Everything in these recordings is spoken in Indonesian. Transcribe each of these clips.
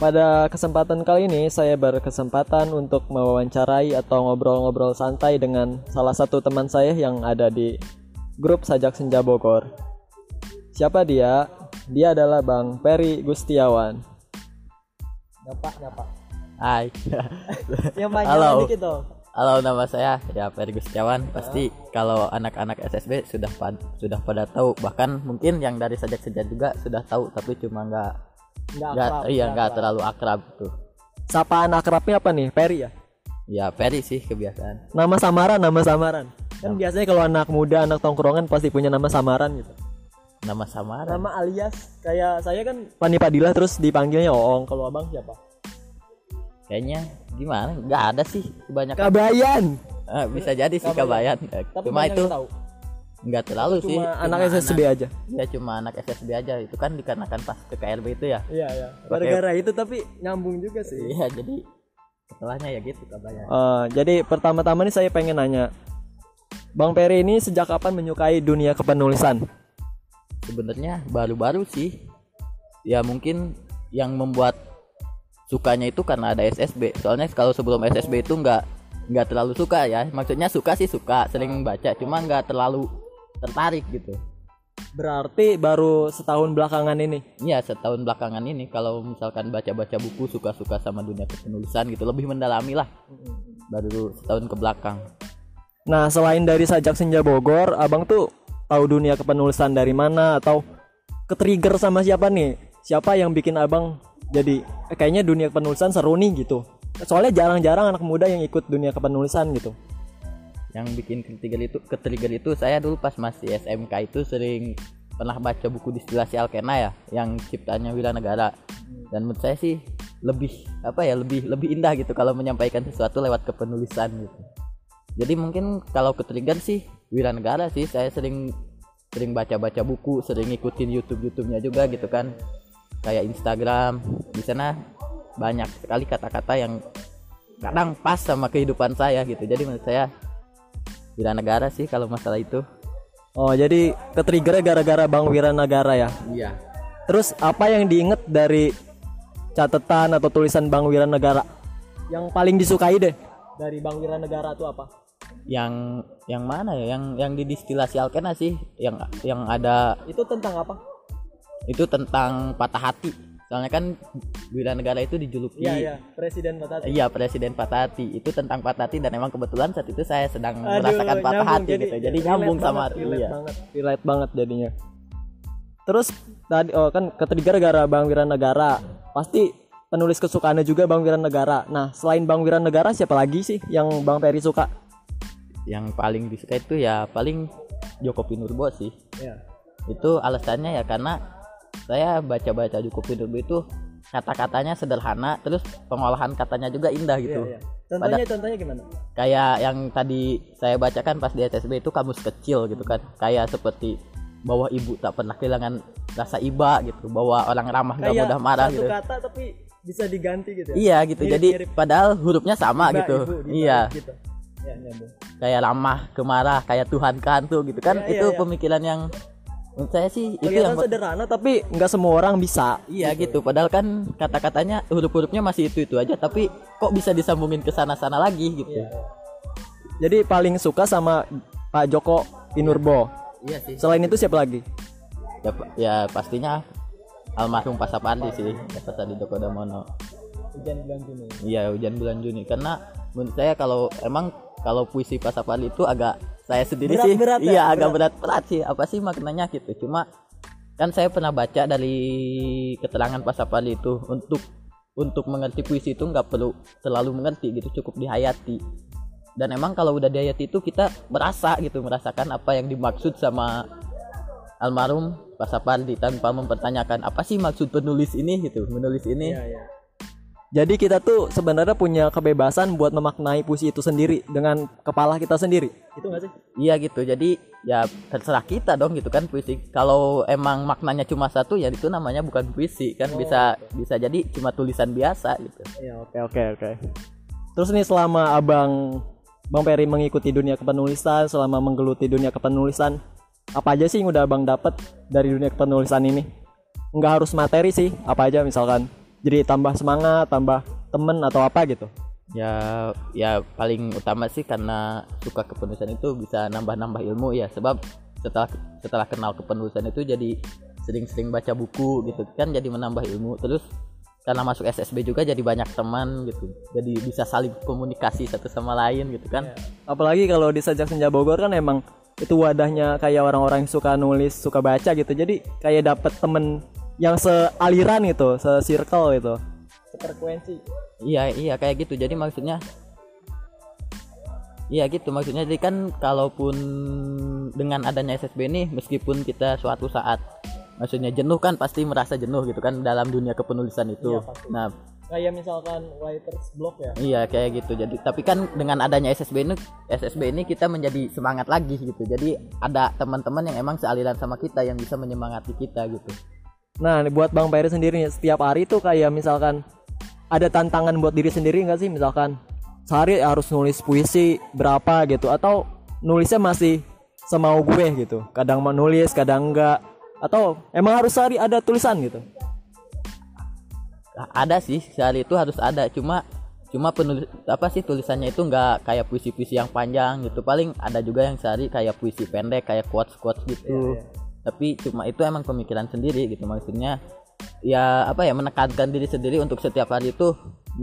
Pada kesempatan kali ini saya berkesempatan untuk mewawancarai atau ngobrol-ngobrol santai dengan salah satu teman saya yang ada di grup Sajak Senja Bogor. Siapa dia? Dia adalah Bang Peri Gustiawan. Nyapa. Hai. Yang panjang Halo. dikit dong. Halo, nama saya ya Peri Gustiawan. Pasti kalau anak-anak SSB sudah pada tahu, bahkan mungkin yang dari Sajak Senja juga sudah tahu, tapi cuma nggak terlalu akrab tuh. Sapaan akrabnya apa nih? Peri ya? Ya Peri sih kebiasaan. Nama samaran. Kan biasanya kalau anak muda, anak tongkrongan pasti punya nama samaran gitu. Nama samaran. Nama alias kayak saya kan Pani Padilla terus dipanggilnya Oong. Kalau abang siapa? Kayaknya gimana? Nggak ada sih kebanyakan. Kabayan. Bisa jadi sih Kabayan. Tapi Cuma itu tahu. nggak terlalu Cuma sih. Anak SSB aja. Ya cuma anak SSB aja. Itu kan dikarenakan pas ke KRB itu ya. Iya. Gara-gara itu tapi nyambung juga sih. Iya, jadi setelahnya ya gitu Kabayan. Jadi pertama-tama nih saya pengen nanya, Bang Peri ini sejak kapan menyukai dunia kepenulisan? Sebenarnya baru-baru sih. Ya mungkin yang membuat sukanya itu karena ada SSB. Soalnya kalau sebelum SSB itu nggak terlalu suka ya. Maksudnya suka, sering baca, cuma nggak terlalu tertarik gitu. Berarti baru setahun belakangan ini. Iya, setahun belakangan ini kalau misalkan baca-baca buku, suka-suka sama dunia kepenulisan gitu, lebih mendalami lah. Baru setahun ke belakang. Nah, selain dari Sajak Senja Bogor, abang tuh tahu dunia kepenulisan dari mana atau ke-trigger sama siapa nih? Siapa yang bikin abang jadi kayaknya dunia kepenulisan seru nih gitu? Soalnya jarang-jarang anak muda yang ikut dunia kepenulisan gitu. Yang bikin ke-trigger itu saya dulu pas masih SMK itu sering pernah baca buku Distilasi Alkena ya, yang ciptaannya Wiranegara. Dan menurut saya sih lebih indah gitu kalau menyampaikan sesuatu lewat kepenulisan gitu. Jadi mungkin kalau ke-trigger sih Wiranegara sih. Saya sering baca-baca buku, sering ngikutin YouTube-nya juga gitu kan. Kayak Instagram, di sana banyak sekali kata-kata yang kadang pas sama kehidupan saya gitu. Jadi menurut saya Wiranegara sih kalau masalah itu. Oh, jadi ke-triggernya gara-gara Bang Wiranegara ya? Iya. Terus apa yang diinget dari catatan atau tulisan Bang Wiranegara? Yang paling disukai deh dari Bang Wiranegara itu apa? Yang mana ya? Yang di Distilasi Alkena sih, yang ada Itu tentang apa? itu tentang patah hati. Soalnya kan Wiranegara itu dijuluki Presiden patah hati. Iya, Presiden patah hati. Itu tentang patah hati dan emang kebetulan saat itu saya sedang merasakan patah hati gitu. Jadi nyambung sama relate banget jadinya. Terus tadi kan ke-trigger gara Bang Wiranegara. Pasti penulis kesukaannya juga Bang Wiranegara. Nah, selain Bang Wiranegara siapa lagi sih yang Bang Peri suka? Yang paling disuka itu ya paling Djoko Pinurbo sih. Iya. Itu alasannya ya karena saya baca-baca Djoko Pinurbo itu kata-katanya sederhana, terus pengolahan katanya juga indah gitu. Iya. Contohnya gimana? Kayak yang tadi saya bacakan pas di SSB itu kamus kecil gitu kan. Kayak seperti bahwa ibu tak pernah kehilangan rasa iba gitu, bahwa orang ramah gak mudah marah gitu. Satu kata tapi bisa diganti gitu ya. Iya gitu. Jadi padahal hurufnya sama Iba, gitu. Ibu, iya. Gitu. Ya, nyambung. Kayak ramah ke marah, kayak Tuhan kantu gitu kan. Itu pemikiran yang menurut saya sih itu yang sederhana tapi nggak semua orang bisa. Iya gitu. Padahal kan kata-katanya huruf-hurufnya masih itu aja, tapi kok bisa disambungin ke sana-sana lagi gitu. Iya. Jadi paling suka sama Pak Djoko Pinurbo. Iya sih. Selain itu siapa lagi? Ya pastinya almarhum Pak Sapardi sih, Pak Sapardi Djoko Damono. Hujan bulan Juni. Iya, Hujan Bulan Juni. Karena menurut saya kalau puisi Pak Sapardi itu agak saya sendiri agak berat sih. Apa sih maknanya gitu. Cuma kan saya pernah baca dari keterangan Pak Sapardi itu untuk mengerti puisi itu nggak perlu terlalu mengerti gitu, cukup dihayati. Dan emang kalau udah dihayati itu kita merasakan apa yang dimaksud sama almarhum Pak Sapardi tanpa mempertanyakan apa sih maksud menulis ini. Iya. Jadi kita tuh sebenarnya punya kebebasan buat memaknai puisi itu sendiri dengan kepala kita sendiri. Itu nggak sih? Iya gitu. Jadi ya terserah kita dong gitu kan puisi. Kalau emang maknanya cuma satu ya itu namanya bukan puisi kan. Bisa jadi cuma tulisan biasa gitu. Iya, oke. Terus nih selama Bang Peri mengikuti dunia kepenulisan, selama menggeluti dunia kepenulisan, apa aja sih yang udah Bang dapat dari dunia kepenulisan ini? Nggak harus materi sih, apa aja misalkan? jadi tambah semangat, tambah temen atau apa gitu? Ya paling utama sih karena suka kepenulisan itu bisa nambah-nambah ilmu ya, sebab setelah kenal kepenulisan itu jadi sering-sering baca buku gitu kan, jadi menambah ilmu. Terus karena masuk SSB juga jadi banyak teman gitu, jadi bisa saling komunikasi satu sama lain gitu kan. Apalagi kalau di Sajak Senja Bogor kan emang itu wadahnya kayak orang-orang yang suka nulis, suka baca gitu, jadi kayak dapet temen yang sealiran gitu, se-circle gitu, sefrekuensi. Iya kayak gitu. Jadi maksudnya jadi kan kalaupun dengan adanya SSB ini, meskipun kita suatu saat maksudnya jenuh kan, pasti merasa jenuh gitu kan dalam dunia kepenulisan itu. Nah, kayak misalkan writer's block ya. Iya kayak gitu. Jadi tapi kan dengan adanya SSB ini kita menjadi semangat lagi gitu. Jadi ada teman-teman yang emang sealiran sama kita yang bisa menyemangati kita gitu. Nah, buat Bang Peri sendiri setiap hari tuh kayak misalkan ada tantangan buat diri sendiri nggak sih? Misalkan sehari harus nulis puisi berapa gitu, atau nulisnya masih semau gue gitu, kadang mau nulis kadang enggak, atau emang harus sehari ada tulisan gitu? Ada sih, sehari itu harus ada, cuma tulisannya itu nggak kayak puisi-puisi yang panjang gitu. Paling ada juga yang sehari kayak puisi pendek, kayak quotes gitu. Tapi cuma itu emang pemikiran sendiri gitu, maksudnya ya menekankan diri sendiri untuk setiap hari itu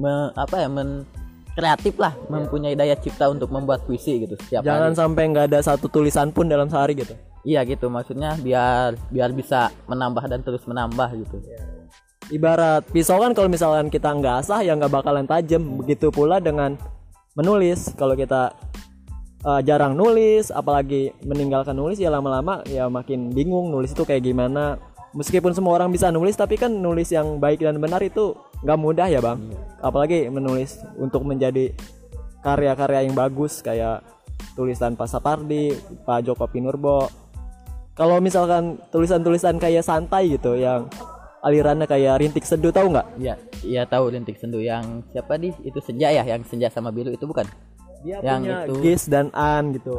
kreatif lah, mempunyai daya cipta untuk membuat puisi gitu setiap hari. Jangan sampai nggak ada satu tulisan pun dalam sehari gitu. Iya gitu, maksudnya biar bisa menambah dan terus menambah gitu. Ibarat pisau kan, kalau misalkan kita nggak asah ya nggak bakalan tajam. Begitu pula dengan menulis, kalau kita jarang nulis, apalagi meninggalkan nulis, ya lama-lama ya makin bingung nulis itu kayak gimana. Meskipun semua orang bisa nulis, tapi kan nulis yang baik dan benar itu nggak mudah ya Bang. Apalagi menulis untuk menjadi karya-karya yang bagus kayak tulisan Pak Sapardi, Pak Joko Pinurbo. Kalau misalkan tulisan-tulisan kayak santai gitu, yang alirannya kayak Rintik Sendu, tahu nggak? Iya tahu Rintik Sendu. Yang siapa itu Senja ya, yang Senja sama Biru itu bukan? Dia yang punya itu Gis dan An gitu.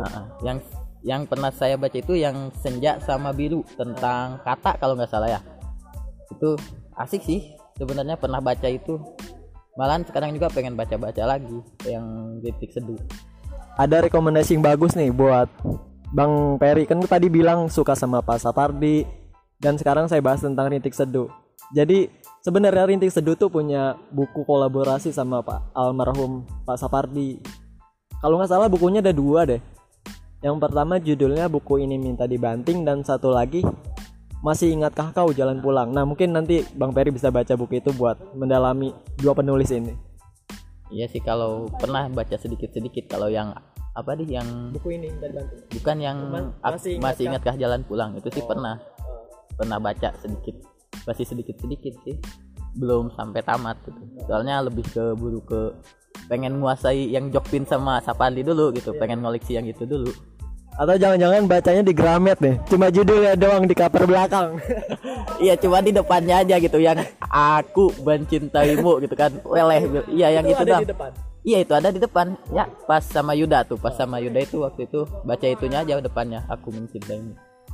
Yang pernah saya baca itu yang Senja sama Biru, tentang kata kalau nggak salah ya. Itu asik sih sebenarnya, pernah baca itu. Malahan sekarang juga pengen baca-baca lagi yang Rintik Sendu. Ada rekomendasi yang bagus nih buat Bang Peri, kan tadi bilang suka sama Pak Sapardi, dan sekarang saya bahas tentang Rintik Seduh. Jadi sebenarnya Rintik Seduh tuh punya buku kolaborasi sama Pak almarhum Pak Sapardi. Kalau nggak salah bukunya ada 2 deh. Yang pertama judulnya Buku Ini Minta Dibanting, dan satu lagi Masih Ingatkah Kau Jalan Pulang. Nah mungkin nanti Bang Peri bisa baca buku itu buat mendalami 2 penulis ini. Iya sih, kalau pernah baca sedikit-sedikit. Kalau yang yang Buku Ini Minta Dibanting, bukan yang Masih Ingatkah Jalan Pulang, itu sih pernah baca sedikit, masih sedikit sih, belum sampai tamat gitu. Soalnya lebih keburu pengen menguasai yang Jokpin sama Sapardi dulu gitu, pengen ngoleksi yang itu dulu. Atau jangan-jangan bacanya di Gramet nih, cuma judulnya doang di cover belakang. Iya, cuma di depannya aja gitu, yang Aku Mencintaimu gitu kan, yang itu doang. Iya, itu ada di depan ya, pas sama Yuda itu waktu itu baca itunya aja depannya, Aku Mencintaimu.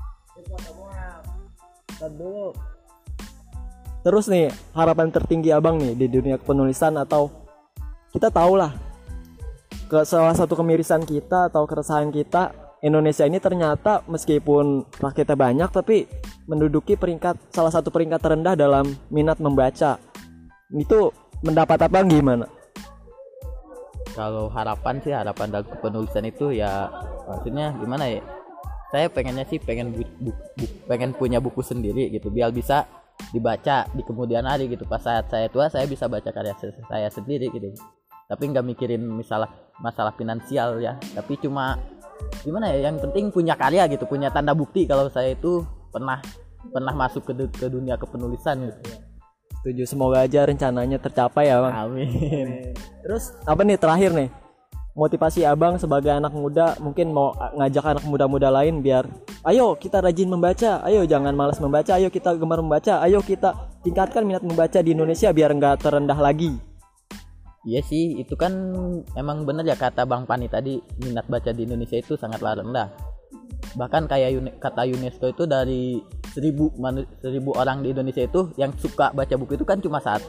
Terus nih, harapan tertinggi Abang nih di dunia penulisan, atau kita tahulah ke salah satu kemirisan kita atau keresahan kita, Indonesia ini ternyata meskipun rakyatnya banyak tapi menduduki salah satu peringkat terendah dalam minat membaca. Itu mendapat Abang gimana? Kalau harapan dalam kepenulisan itu ya, maksudnya gimana ya? Saya pengennya sih pengen punya buku sendiri gitu, biar bisa dibaca di kemudian hari gitu. Pas saat saya tua saya bisa baca karya saya sendiri gitu. Tapi nggak mikirin masalah finansial ya. Tapi cuma gimana ya? Yang penting punya karya gitu, punya tanda bukti kalau saya itu pernah masuk ke dunia kepenulisan gitu. Setuju, semoga aja rencananya tercapai ya Bang. Amin. Terus apa nih terakhir nih, motivasi Abang sebagai anak muda, mungkin mau ngajak anak muda-muda lain biar ayo kita rajin membaca, ayo jangan malas membaca, ayo kita gemar membaca, ayo kita tingkatkan minat membaca di Indonesia biar nggak terendah lagi. Iya sih, itu kan emang bener ya kata Bang Pani tadi, minat baca di Indonesia itu sangatlah rendah. bahkan kayak kata UNESCO itu dari 1000 orang di Indonesia itu yang suka baca buku itu kan cuma 1.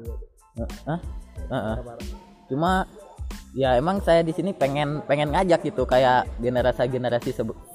Cuma ya emang saya di sini pengen ngajak gitu kayak generasi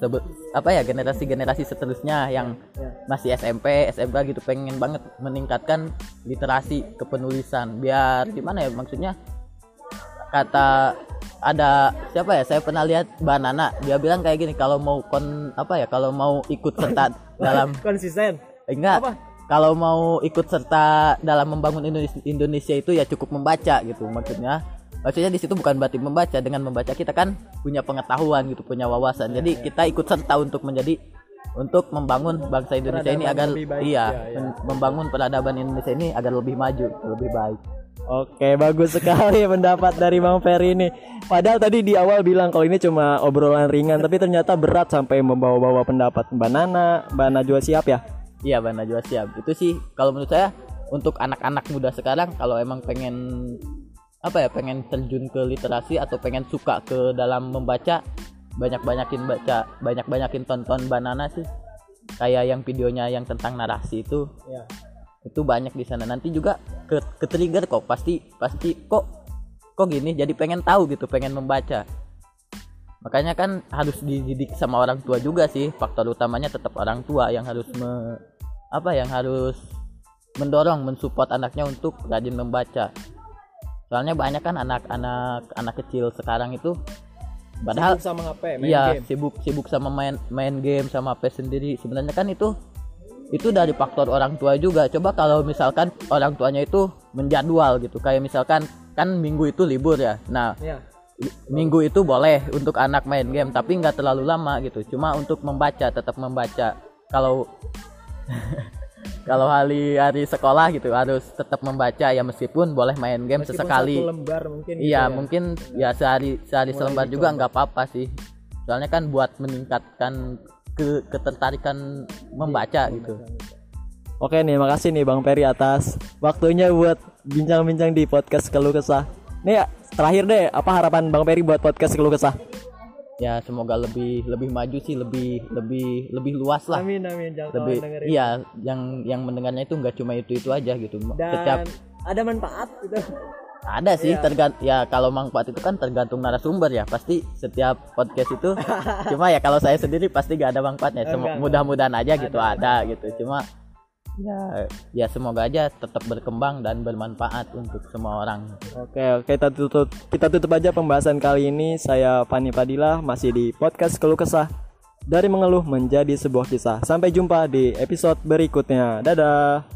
seterusnya yang masih SMP, SMA gitu, pengen banget meningkatkan literasi kepenulisan. Biar gimana ya, maksudnya kata ada siapa ya, saya pernah lihat Banana, dia bilang kayak gini, kalau mau kalau mau ikut serta dalam konsisten kalau mau ikut serta dalam membangun Indonesia itu ya cukup membaca gitu. Maksudnya di situ bukan berarti membaca, dengan membaca kita kan punya pengetahuan gitu, punya wawasan. Jadi kita ikut serta untuk membangun bangsa Indonesia ini agar membangun peradaban Indonesia ini agar lebih maju, lebih baik. Oke, bagus sekali pendapat dari Bang Ferry ini. Padahal tadi di awal bilang kalau ini cuma obrolan ringan, tapi ternyata berat sampai membawa-bawa pendapat. Mbak Najwa siap ya? Iya, Mbak Najwa siap. Itu sih kalau menurut saya untuk anak-anak muda sekarang, kalau emang pengen terjun ke literasi atau pengen suka ke dalam membaca, banyak-banyakin tonton Banana sih. Kayak yang videonya yang tentang narasi itu. Ya. Itu banyak di sana. Nanti juga ke trigger kok, pasti kok gini, jadi pengen tahu gitu, pengen membaca. Makanya kan harus dididik sama orang tua juga sih. Faktor utamanya tetap orang tua yang harus mendorong, mensupport anaknya untuk rajin membaca. Soalnya banyak kan anak kecil sekarang itu padahal sibuk sama HP, game. sibuk sama main game sama HP sendiri. Sebenarnya kan itu dari faktor orang tua juga. Coba kalau misalkan orang tuanya itu menjadwal gitu, kayak misalkan kan minggu itu libur ya, minggu itu boleh untuk anak main game tapi nggak terlalu lama gitu, cuma untuk tetap membaca. Kalau hari sekolah gitu harus tetap membaca ya, meskipun boleh main game sesekali. Satu lembar mungkin. Iya, mungkin ya sehari selembar juga nggak apa-apa sih. Soalnya kan buat meningkatkan ketertarikan membaca gitu. Oke nih, makasih nih Bang Ferry atas waktunya buat bincang-bincang di podcast Keluh Kesah. Nih ya, terakhir deh, apa harapan Bang Ferry buat podcast Keluh Kesah? Ya semoga lebih maju sih, lebih luas lah. Amin. Lebih iya, yang mendengarnya itu nggak cuma itu aja gitu. Dan ada manfaat gitu. Ada sih, ya kalau manfaat itu kan tergantung narasumber ya. Pasti setiap podcast itu cuma ya kalau saya sendiri pasti gak ada manfaatnya. Mudah-mudahan aja gitu ada gitu. Cuma ya semoga aja tetap berkembang dan bermanfaat untuk semua orang. Oke, kita tutup aja pembahasan kali ini. Saya Fani Fadilah, masih di podcast Keluh Kesah, dari mengeluh menjadi sebuah kisah. Sampai jumpa di episode berikutnya. Dadah.